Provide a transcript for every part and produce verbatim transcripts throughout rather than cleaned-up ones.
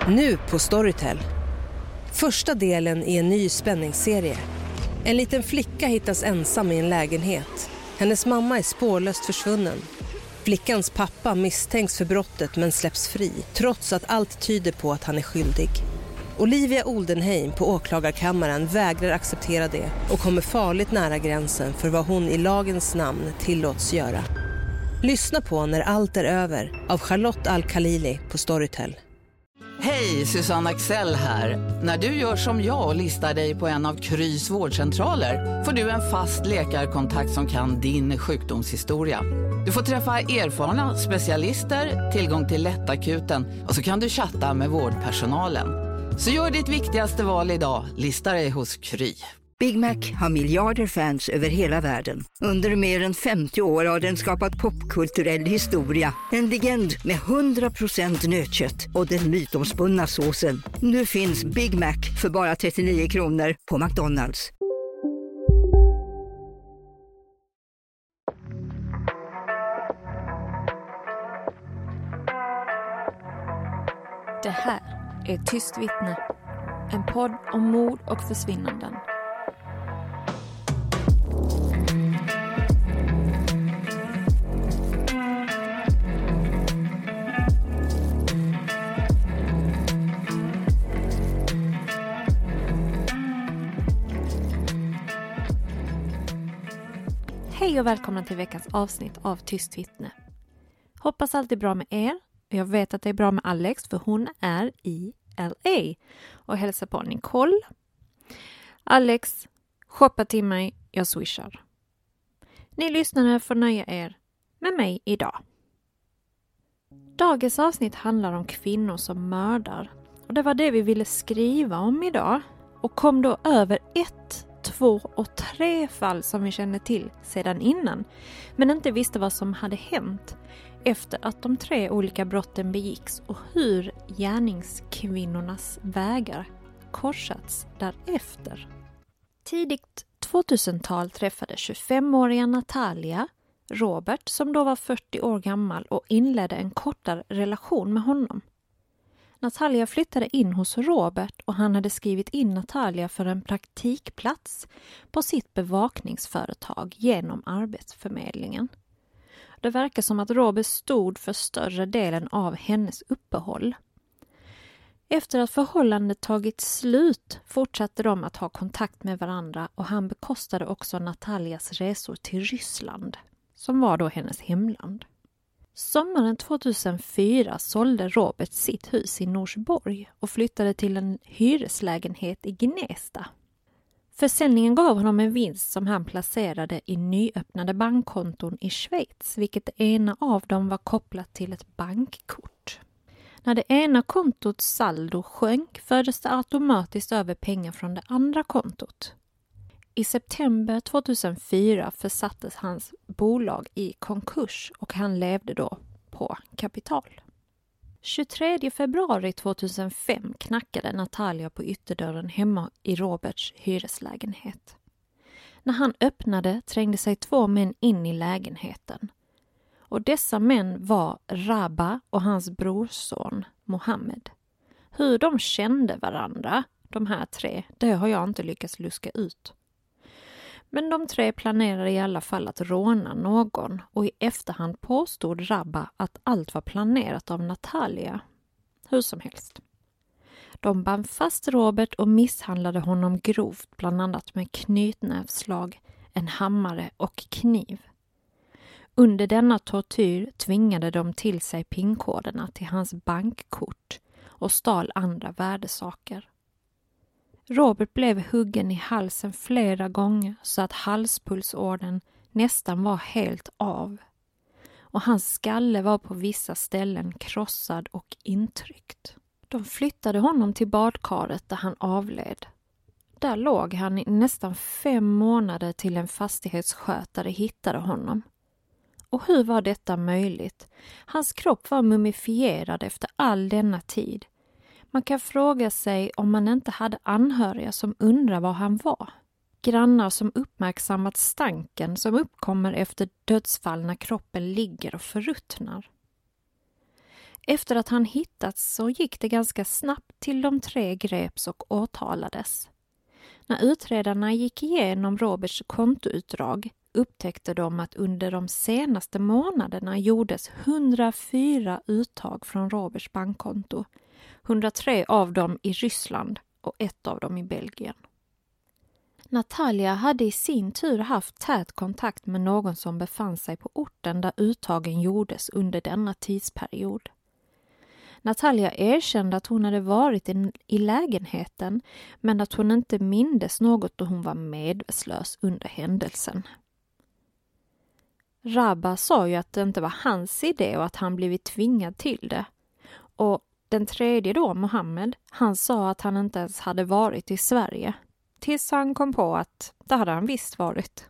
Nu på Storytel. Första delen i en ny spänningsserie. En liten flicka hittas ensam i en lägenhet. Hennes mamma är spårlöst försvunnen. Flickans pappa misstänks för brottet men släpps fri, trots att allt tyder på att han är skyldig. Olivia Oldenheim på åklagarkammaren vägrar acceptera det och kommer farligt nära gränsen för vad hon i lagens namn tillåts göra. Lyssna på När allt är över av Charlotte Al-Khalili på Storytel. Hej, Susanne Axel här. När du gör som jag och listar dig på en av Krys vårdcentraler får du en fast läkarkontakt som kan din sjukdomshistoria. Du får träffa erfarna specialister, tillgång till lättakuten och så kan du chatta med vårdpersonalen. Så gör ditt viktigaste val idag, listar dig hos Kry. Big Mac har miljarder fans över hela världen. Under mer än femtio år har den skapat popkulturell historia. En legend med hundra procent nötkött och den mytomspunna såsen. Nu finns Big Mac för bara trettionio kronor på McDonald's. Det här är Tyst vittne. En podd om mord och försvinnanden. Hej och välkomna till veckans avsnitt av Tyst vittne. Hoppas allt är bra med er. Jag vet att det är bra med Alex för hon är i L A och hälsar på Nicole. Alex, shoppa till mig, jag swishar. Ni lyssnare får nöja er med mig idag. Dagens avsnitt handlar om kvinnor som mördar. Och det var det vi ville skriva om idag. Och kom då över ett, två och tre fall som vi kände till sedan innan. Men inte visste vad som hade hänt efter att de tre olika brotten begicks och hur gärningskvinnornas vägar korsats därefter. Tidigt tvåtusental träffade tjugofemåriga Natalia Robert som då var fyrtio år gammal och inledde en kortare relation med honom. Natalia flyttade in hos Robert och han hade skrivit in Natalia för en praktikplats på sitt bevakningsföretag genom arbetsförmedlingen. Det verkar som att Robert stod för större delen av hennes uppehåll. Efter att förhållandet tagit slut fortsatte de att ha kontakt med varandra och han bekostade också Natalias resor till Ryssland, som var då hennes hemland. Sommaren tvåtusenfyra sålde Robert sitt hus i Norsborg och flyttade till en hyreslägenhet i Gnesta. Försäljningen gav honom en vinst som han placerade i nyöppnade bankkonton i Schweiz, vilket det ena av dem var kopplat till ett bankkort. När det ena kontots saldo sjönk fördes det automatiskt över pengar från det andra kontot. I september tvåtusenfyra försattes hans bolag i konkurs och han levde då på kapital. tjugotredje februari tvåtusenfem knackade Natalia på ytterdörren hemma i Roberts hyreslägenhet. När han öppnade trängde sig två män in i lägenheten. Och dessa män var Rabba och hans brorson Mohammed. Hur de kände varandra, de här tre, det har jag inte lyckats luska ut. Men de tre planerade i alla fall att råna någon och i efterhand påstod Rabba att allt var planerat av Natalia. Hur som helst. De band fast Robert och misshandlade honom grovt, bland annat med knytnävslag, en hammare och kniv. Under denna tortyr tvingade de till sig pinkoderna till hans bankkort och stal andra värdesaker. Robert blev huggen i halsen flera gånger så att halspulsådern nästan var helt av. Och hans skalle var på vissa ställen krossad och intryckt. De flyttade honom till badkaret där han avled. Där låg han i nästan fem månader till en fastighetsskötare hittade honom. Och hur var detta möjligt? Hans kropp var mumifierad efter all denna tid. Man kan fråga sig om man inte hade anhöriga som undrar var han var. Grannar som uppmärksammat stanken som uppkommer efter dödsfall när kroppen ligger och förruttnar. Efter att han hittats så gick det ganska snabbt till de tre greps och åtalades. När utredarna gick igenom Roberts kontoutdrag upptäckte de att under de senaste månaderna gjordes hundrafyra uttag från Roberts bankkonto. hundratre av dem i Ryssland och ett av dem i Belgien. Natalia hade i sin tur haft tät kontakt med någon som befann sig på orten där uttagen gjordes under denna tidsperiod. Natalia erkände att hon hade varit i, i lägenheten men att hon inte mindes något då hon var medvetslös under händelsen. Rabba sa ju att det inte var hans idé och att han blivit tvingad till det. Och den tredje då, Mohammed, han sa att han inte ens hade varit i Sverige. Tills han kom på att det hade han visst varit.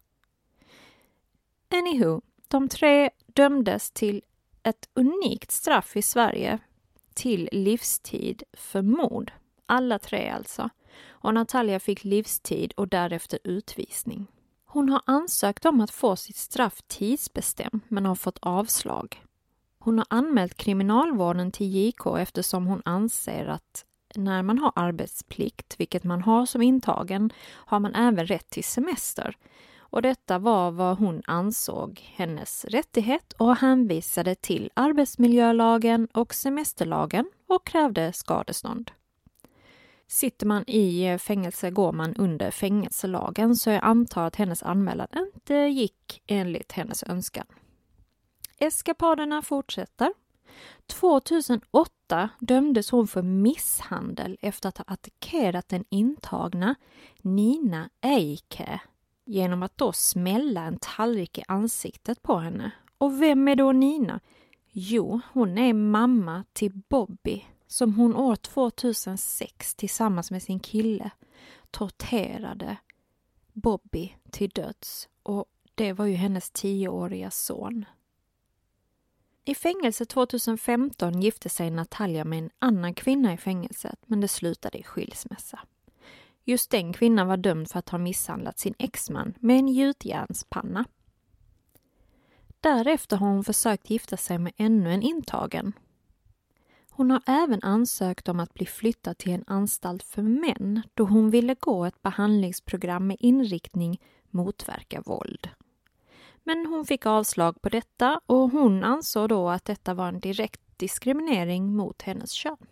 Anywho, de tre dömdes till ett unikt straff i Sverige till livstid för mord. Alla tre alltså. Och Natalia fick livstid och därefter utvisning. Hon har ansökt om att få sitt straff tidsbestämt men har fått avslag. Hon har anmält kriminalvården till J K eftersom hon anser att när man har arbetsplikt, vilket man har som intagen, har man även rätt till semester. Och detta var vad hon ansåg hennes rättighet och hänvisade till arbetsmiljölagen och semesterlagen och krävde skadestånd. Sitter man i fängelse går man under fängelselagen, så jag antar att hennes anmälan inte gick enligt hennes önskan. Eskapaderna fortsätter. tvåtusenåtta dömdes hon för misshandel efter att ha attackerat den intagna Nina Eike genom att då smälla en tallrik i ansiktet på henne. Och vem är då Nina? Jo, hon är mamma till Bobby som hon år tvåtusensex tillsammans med sin kille torterade Bobby till döds. Och det var ju hennes tioåriga son. I fängelse tjugohundrafemton gifte sig Natalia med en annan kvinna i fängelset, men det slutade i skilsmässa. Just den kvinnan var dömd för att ha misshandlat sin exman med en gjutjärnspanna. Därefter har hon försökt gifta sig med ännu en intagen. Hon har även ansökt om att bli flyttad till en anstalt för män då hon ville gå ett behandlingsprogram med inriktning motverka våld. Men hon fick avslag på detta och hon ansåg då att detta var en direkt diskriminering mot hennes kön.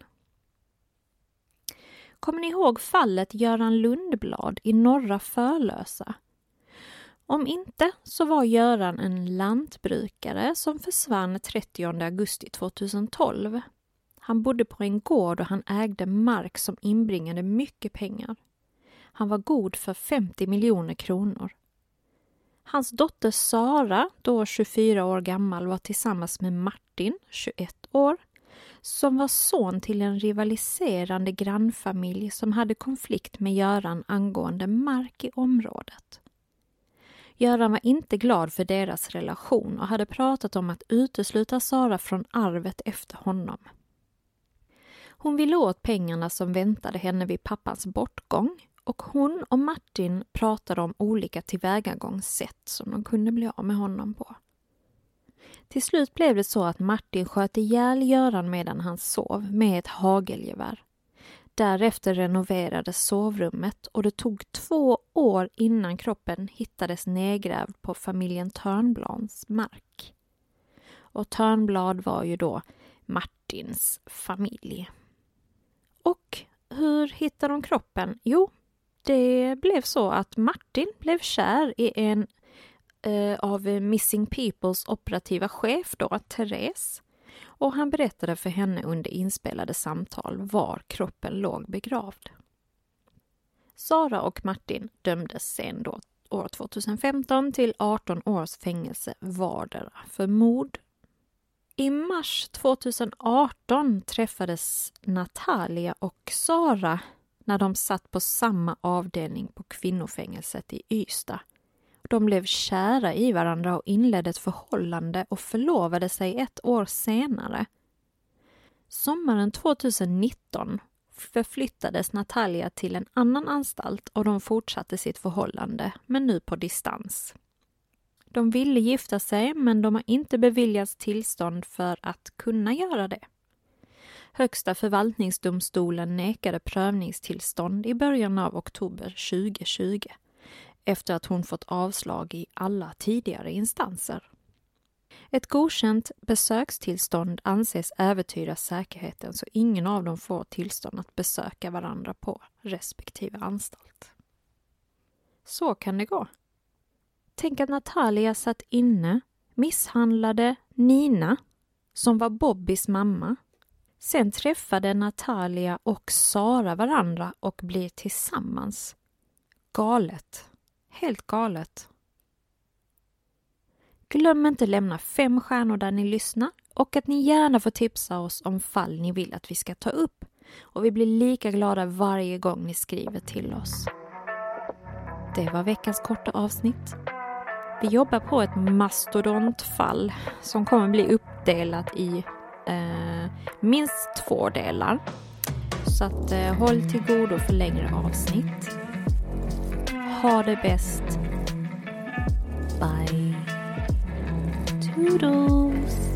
Kommer ni ihåg fallet Göran Lundblad i Norra Förlösa? Om inte så var Göran en lantbrukare som försvann trettionde augusti tjugotolv. Han bodde på en gård och han ägde mark som inbringade mycket pengar. Han var god för femtio miljoner kronor. Hans dotter Sara, då tjugofyra år gammal, var tillsammans med Martin, tjugoett år, som var son till en rivaliserande grannfamilj som hade konflikt med Göran angående mark i området. Göran var inte glad för deras relation och hade pratat om att utesluta Sara från arvet efter honom. Hon ville åt pengarna som väntade henne vid pappans bortgång. Och hon och Martin pratade om olika tillvägagångssätt som de kunde bli av med honom på. Till slut blev det så att Martin sköt ihjäl Göran medan han sov med ett hagelgevär. Därefter renoverades sovrummet och det tog två år innan kroppen hittades nedgrävd på familjen Törnblads mark. Och Törnblad var ju då Martins familj. Och hur hittade de kroppen? Jo, det blev så att Martin blev kär i en eh, av Missing Peoples operativa chef då, Therese. Och han berättade för henne under inspelade samtal var kroppen låg begravd. Sara och Martin dömdes sen då år tjugohundrafemton till arton års fängelse vardera för mord. I mars tjugoarton träffades Natalia och Sara när de satt på samma avdelning på kvinnofängelset i Ystad. De blev kära i varandra och inledde ett förhållande och förlovade sig ett år senare. Sommaren tjugonitton förflyttades Natalia till en annan anstalt och de fortsatte sitt förhållande, men nu på distans. De ville gifta sig men de har inte beviljats tillstånd för att kunna göra det. Högsta förvaltningsdomstolen nekade prövningstillstånd i början av oktober tjugohundratjugo efter att hon fått avslag i alla tidigare instanser. Ett godkänt besökstillstånd anses äventyra säkerheten så ingen av dem får tillstånd att besöka varandra på respektive anstalt. Så kan det gå. Tänk att Natalia satt inne, misshandlade Nina, som var Bobbys mamma. Sen träffade Natalia och Sara varandra och blir tillsammans. Galet. Helt galet. Glöm inte lämna fem stjärnor där ni lyssnar och att ni gärna får tipsa oss om fall ni vill att vi ska ta upp. Och vi blir lika glada varje gång ni skriver till oss. Det var veckans korta avsnitt. Vi jobbar på ett mastodontfall som kommer bli uppdelat i eh, minst två delar. Så att eh, håll till godo för längre avsnitt. Ha det bäst. Bye. Toodles.